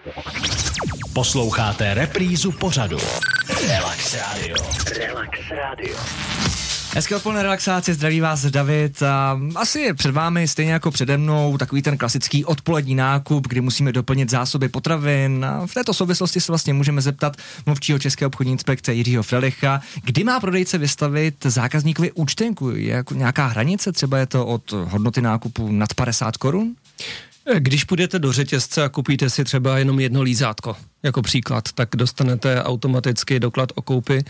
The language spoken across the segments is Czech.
Posloucháte reprízu pořadu Relax Radio. Relax Radio. Hezké odpoledne, relaxáci, zdraví vás David a asi je před vámi, stejně jako přede mnou, takový ten klasický odpolední nákup, kdy musíme doplnit zásoby potravin a v této souvislosti se vlastně můžeme zeptat mluvčího České obchodní inspekce Jiřího Frelicha, kdy má prodejce vystavit zákazníkovi účtenku, je jako nějaká hranice, třeba je to od hodnoty nákupu nad 50 korun? Když půjdete do řetězce a koupíte si třeba jenom jedno lízátko, jako příklad, tak dostanete automaticky doklad o koupi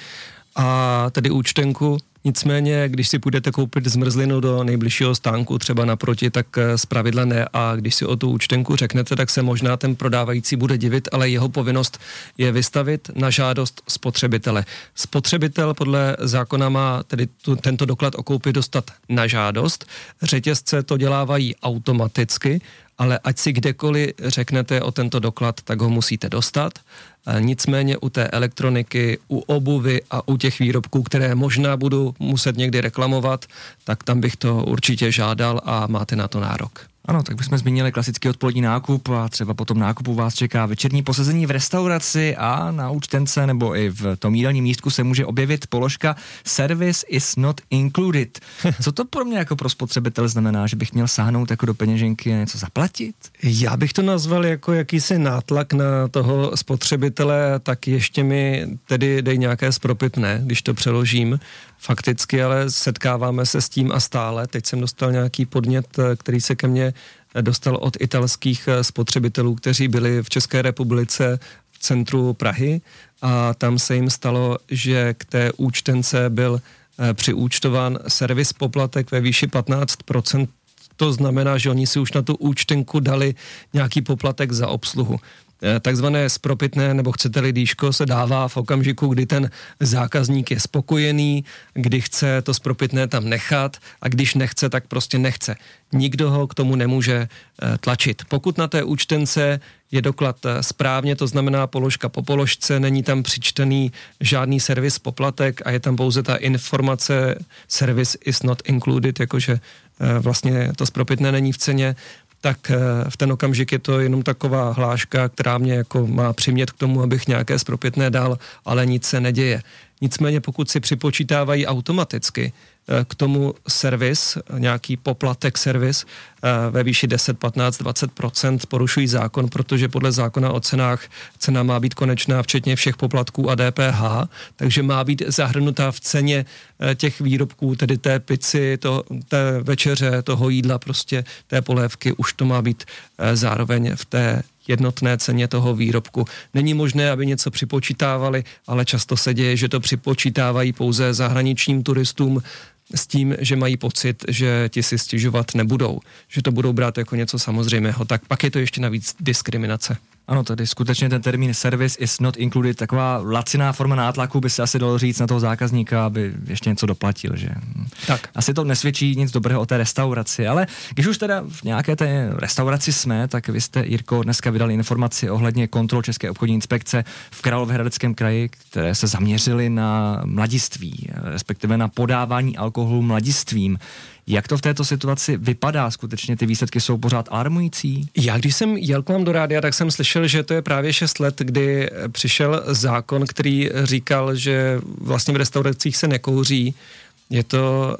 a tedy účtenku. Nicméně, když si půjdete koupit zmrzlinu do nejbližšího stánku, třeba naproti, tak zpravidla ne, a když si o tu účtenku řeknete, tak se možná ten prodávající bude divit, ale jeho povinnost je vystavit na žádost spotřebitele. Spotřebitel podle zákona má tedy tento doklad o koupi dostat na žádost, řetězce to dělávají automaticky, ale ať si kdekoliv řeknete o tento doklad, tak ho musíte dostat. Nicméně u té elektroniky, u obuvy a u těch výrobků, které možná budu muset někdy reklamovat, tak tam bych to určitě žádal a máte na to nárok. Ano, tak bychom zmínili klasický odpolední nákup a třeba po tom nákupu vás čeká večerní posezení v restauraci a na účtence nebo i v tom jídelním lístku se může objevit položka Service is not included. Co to pro mě jako pro spotřebitele znamená, že bych měl sáhnout jako do peněženky a něco zaplatit? Já bych to nazval jako jakýsi nátlak na toho spotřebitele, tak ještě mi tedy dej nějaké spropitné, když to přeložím. Fakticky, ale setkáváme se s tím a stále. Teď jsem dostal nějaký podnět, který se ke mně dostal od italských spotřebitelů, kteří byli v České republice v centru Prahy a tam se jim stalo, že k té účtence byl přiúčtován servis poplatek ve výši 15%. To znamená, že oni si už na tu účtenku dali nějaký poplatek za obsluhu. Takzvané spropitné, nebo chcete-li dýško, se dává v okamžiku, kdy ten zákazník je spokojený, kdy chce to spropitné tam nechat a když nechce, tak prostě nechce. Nikdo ho k tomu nemůže tlačit. Pokud na té účtence je doklad správně, to znamená položka po položce, není tam přičtený žádný servis poplatek a je tam pouze ta informace service is not included, jakože vlastně to spropitné není v ceně, tak v ten okamžik je to jenom taková hláška, která mě jako má přimět k tomu, abych nějaké spropitné dal, ale nic se neděje. Nicméně pokud si připočítávají automaticky k tomu servis, nějaký poplatek servis ve výši 10, 15, 20% porušují zákon, protože podle zákona o cenách cena má být konečná včetně všech poplatků a DPH, takže má být zahrnutá v ceně těch výrobků, tedy té pici, té večeře, toho jídla, prostě té polévky, už to má být zároveň v té jednotné ceně toho výrobku. Není možné, aby něco připočítávali, ale často se děje, že to připočítávají pouze zahraničním turistům s tím, že mají pocit, že ti si stěžovat nebudou, že to budou brát jako něco samozřejmého, tak pak je to ještě navíc diskriminace. Ano, tady skutečně ten termín service is not included, taková laciná forma nátlaku by se asi dalo říct na toho zákazníka, aby ještě něco doplatil, že? Tak. Asi to nesvědčí nic dobrého o té restauraci, ale když už teda v nějaké té restauraci jsme, tak vy jste, Jirko, dneska vydali informaci ohledně kontrol České obchodní inspekce v Královéhradeckém kraji, které se zaměřily na mladiství, respektive na podávání alkoholu mladistvím. Jak to v této situaci vypadá? Skutečně ty výsledky jsou pořád alarmující? Já když jsem jel k vám do rádia, tak jsem slyšel, že to je právě 6 let, kdy přišel zákon, který říkal, že vlastně v restauracích se nekouří. Je to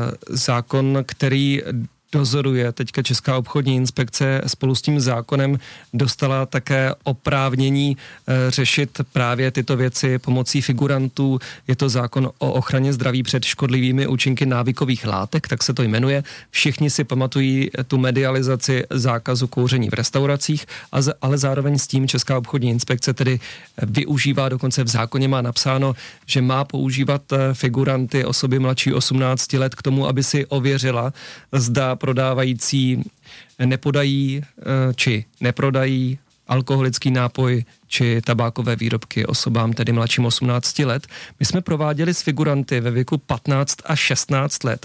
zákon, který dozoruje teďka Česká obchodní inspekce, spolu s tím zákonem dostala také oprávnění řešit právě tyto věci pomocí figurantů. Je to zákon o ochraně zdraví před škodlivými účinky návykových látek, tak se to jmenuje. Všichni si pamatují tu medializaci zákazu kouření v restauracích, ale zároveň s tím Česká obchodní inspekce tedy využívá, dokonce v zákoně má napsáno, že má používat figuranty, osoby mladší 18 let k tomu, aby si ověřila, zda prodávající nepodají či neprodají alkoholický nápoj či tabákové výrobky osobám tedy mladším 18 let. My jsme prováděli s figuranty ve věku 15 až 16 let,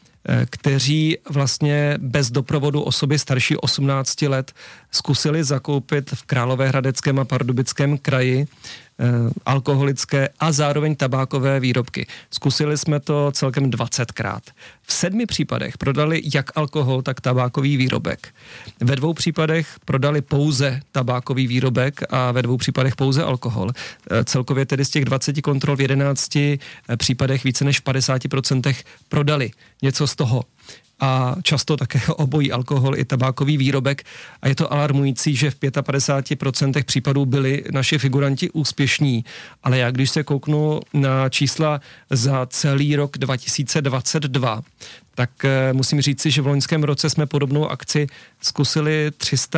kteří vlastně bez doprovodu osoby starší 18 let zkusili zakoupit v Královéhradeckém a Pardubickém kraji alkoholické a zároveň tabákové výrobky. Zkusili jsme to celkem 20krát. V 7 případech prodali jak alkohol, tak tabákový výrobek. Ve 2 případech prodali pouze tabákový výrobek a ve 2 případech pouze alkohol. Celkově tedy z těch 20 kontrol v 11 případech více než v 50% prodali něco z toho. A často také obojí alkohol i tabákový výrobek. A je to alarmující, že v 55% případů byli naši figuranti úspěšní. Ale já když se kouknu na čísla za celý rok 2022, tak musím říci, že v loňském roce jsme podobnou akci zkusili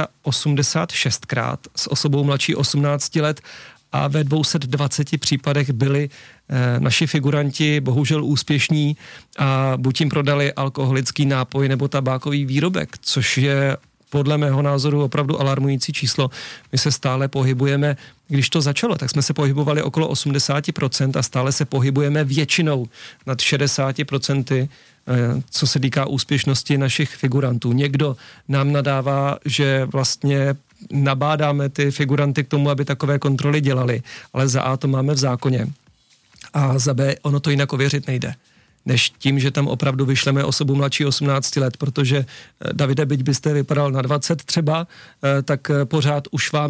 386krát s osobou mladší 18 let a ve 220 případech byli naši figuranti bohužel úspěšní a buď jim prodali alkoholický nápoj nebo tabákový výrobek, což je podle mého názoru opravdu alarmující číslo. My se stále pohybujeme, když to začalo, tak jsme se pohybovali okolo 80% a stále se pohybujeme většinou nad 60%, co se týká úspěšnosti našich figurantů. Někdo nám nadává, že vlastně nabádáme ty figuranty k tomu, aby takové kontroly dělali, ale za A to máme v zákoně a za B ono to jinak ověřit nejde, než tím, že tam opravdu vyšleme osobu mladší 18 let, protože Davide, byť byste vypadal na 20 třeba, tak pořád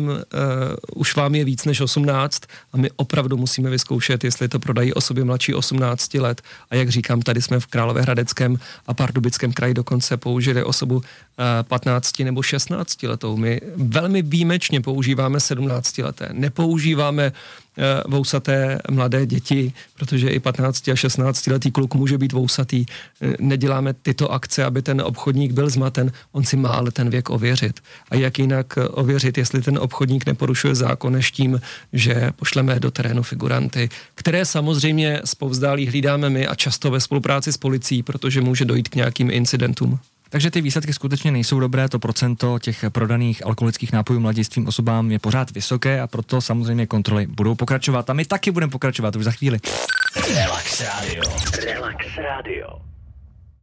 už vám je víc než 18 a my opravdu musíme vyzkoušet, jestli to prodají osoby mladší 18 let. A jak říkám, tady jsme v Královéhradeckém a Pardubickém kraji dokonce použili osobu 15 nebo 16 letou. My velmi výjimečně používáme 17 leté. Nepoužíváme vousaté mladé děti, protože i 15 a 16 letý kluk může být vousatý. Neděláme tyto akce, aby ten obchodník byl zmaten, on si má ale ten věk ověřit. A jak jinak ověřit, jestli ten obchodník neporušuje zákon, než tím, že pošleme do terénu figuranty, které samozřejmě zpovzdálí hlídáme my a často ve spolupráci s policií, protože může dojít k nějakým incidentům. Takže ty výsledky skutečně nejsou dobré, to procento těch prodaných alkoholických nápojů mladistvým osobám je pořád vysoké a proto samozřejmě kontroly budou pokračovat a my taky budeme pokračovat už za chvíli. Relax Radio. Relax Radio.